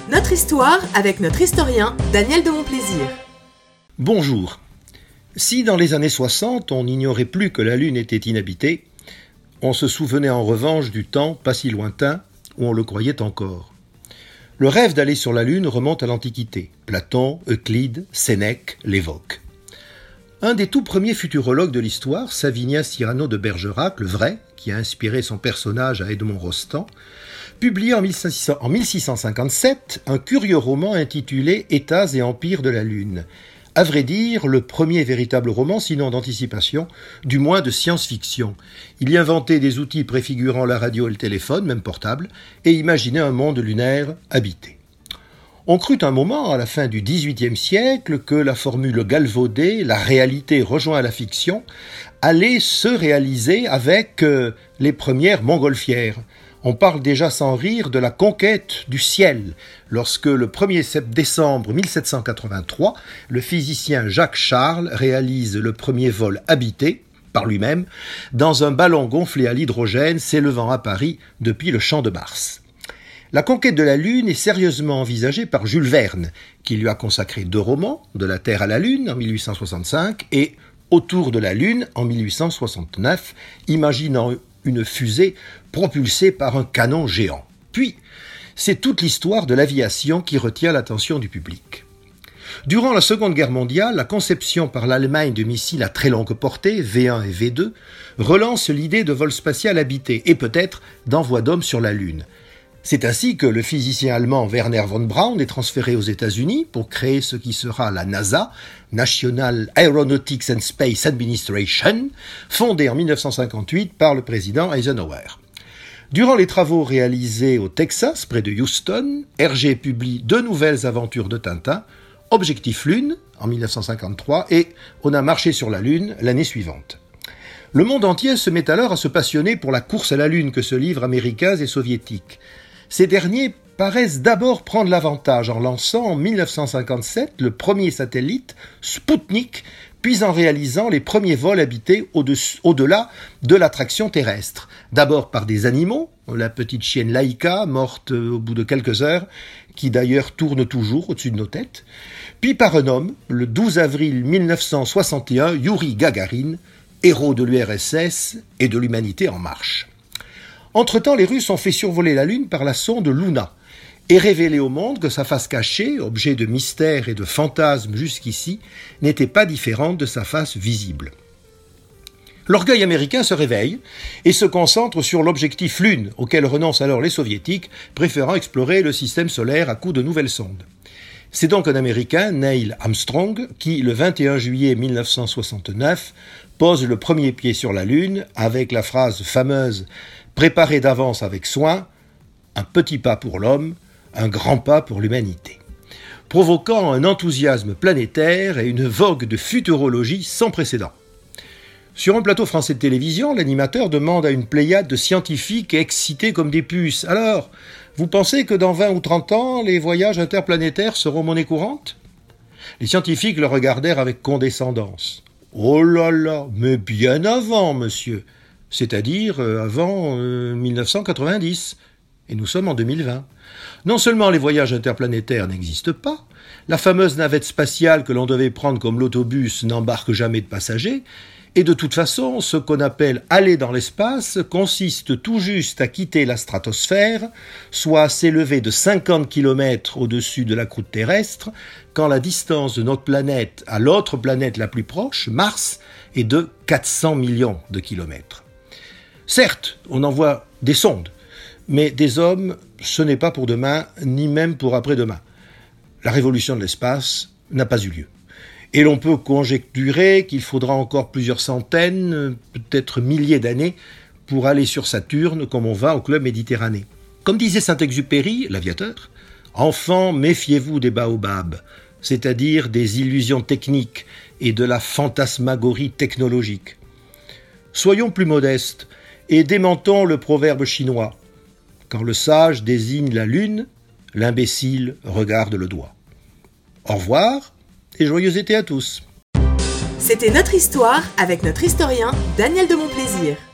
Notre histoire avec notre historien Daniel de Montplaisir. Bonjour. Si dans les années 60, on n'ignorait plus que la Lune était inhabitée, on se souvenait en revanche du temps pas si lointain où on le croyait encore. Le rêve d'aller sur la Lune remonte à l'Antiquité. Platon, Euclide, Sénèque l'évoquent. Un des tout premiers futurologues de l'histoire, Savinien Cyrano de Bergerac, le vrai, qui a inspiré son personnage à Edmond Rostand, publie en 1657 un curieux roman intitulé « États et empires de la Lune ». À vrai dire, le premier véritable roman, sinon d'anticipation, du moins de science-fiction. Il y inventait des outils préfigurant la radio et le téléphone, même portable, et imaginait un monde lunaire habité. On crut un moment, à la fin du XVIIIe siècle, que la formule galvaudée, la réalité rejoint la fiction, allait se réaliser avec les premières montgolfières. On parle déjà sans rire de la conquête du ciel, lorsque le 1er décembre 1783, le physicien Jacques Charles réalise le premier vol habité, par lui-même, dans un ballon gonflé à l'hydrogène s'élevant à Paris depuis le Champ de Mars. La conquête de la Lune est sérieusement envisagée par Jules Verne, qui lui a consacré 2 romans, De la Terre à la Lune en 1865 et Autour de la Lune en 1869, imaginant une fusée propulsée par un canon géant. Puis, c'est toute l'histoire de l'aviation qui retient l'attention du public. Durant la Seconde Guerre mondiale, la conception par l'Allemagne de missiles à très longue portée, V1 et V2, relance l'idée de vol spatial habité et peut-être d'envoi d'hommes sur la Lune. C'est ainsi que le physicien allemand Werner von Braun est transféré aux États-Unis pour créer ce qui sera la NASA, National Aeronautics and Space Administration, fondée en 1958 par le président Eisenhower. Durant les travaux réalisés au Texas, près de Houston, Hergé publie 2 nouvelles aventures de Tintin, Objectif Lune en 1953 et On a marché sur la Lune l'année suivante. Le monde entier se met alors à se passionner pour la course à la Lune que se livrent Américains et Soviétiques. Ces derniers paraissent d'abord prendre l'avantage en lançant en 1957 le premier satellite, Spoutnik, puis en réalisant les premiers vols habités au-delà de l'attraction terrestre. D'abord par des animaux, la petite chienne Laïka, morte au bout de quelques heures, qui d'ailleurs tourne toujours au-dessus de nos têtes, puis par un homme, le 12 avril 1961, Youri Gagarin, héros de l'URSS et de l'humanité en marche. Entre-temps, les Russes ont fait survoler la Lune par la sonde Luna et révélé au monde que sa face cachée, objet de mystère et de fantasme jusqu'ici, n'était pas différente de sa face visible. L'orgueil américain se réveille et se concentre sur l'objectif Lune, auquel renoncent alors les Soviétiques, préférant explorer le système solaire à coups de nouvelles sondes. C'est donc un Américain, Neil Armstrong, qui, le 21 juillet 1969, pose le premier pied sur la Lune avec la phrase fameuse « Préparé d'avance avec soin, un petit pas pour l'homme, un grand pas pour l'humanité », provoquant un enthousiasme planétaire et une vogue de futurologie sans précédent. Sur un plateau français de télévision, l'animateur demande à une pléiade de scientifiques excités comme des puces « Alors, vous pensez que dans 20 ou 30 ans, les voyages interplanétaires seront monnaie courante ?» Les scientifiques le regardèrent avec condescendance. « Oh là là, mais bien avant, monsieur !» c'est-à-dire avant 1990, et nous sommes en 2020. Non seulement les voyages interplanétaires n'existent pas, la fameuse navette spatiale que l'on devait prendre comme l'autobus n'embarque jamais de passagers, et de toute façon, ce qu'on appelle aller dans l'espace consiste tout juste à quitter la stratosphère, soit à s'élever de 50 km au-dessus de la croûte terrestre, quand la distance de notre planète à l'autre planète la plus proche, Mars, est de 400 millions de kilomètres. Certes, on envoie des sondes, mais des hommes, ce n'est pas pour demain, ni même pour après-demain. La révolution de l'espace n'a pas eu lieu. Et l'on peut conjecturer qu'il faudra encore plusieurs centaines, peut-être milliers d'années, pour aller sur Saturne comme on va au club Méditerranée. Comme disait Saint-Exupéry, l'aviateur, « Enfants, méfiez-vous des baobabs », c'est-à-dire des illusions techniques et de la fantasmagorie technologique. Soyons plus modestes et démentons le proverbe chinois. Quand le sage désigne la lune, l'imbécile regarde le doigt. Au revoir et joyeux été à tous. C'était notre histoire avec notre historien Daniel de Montplaisir.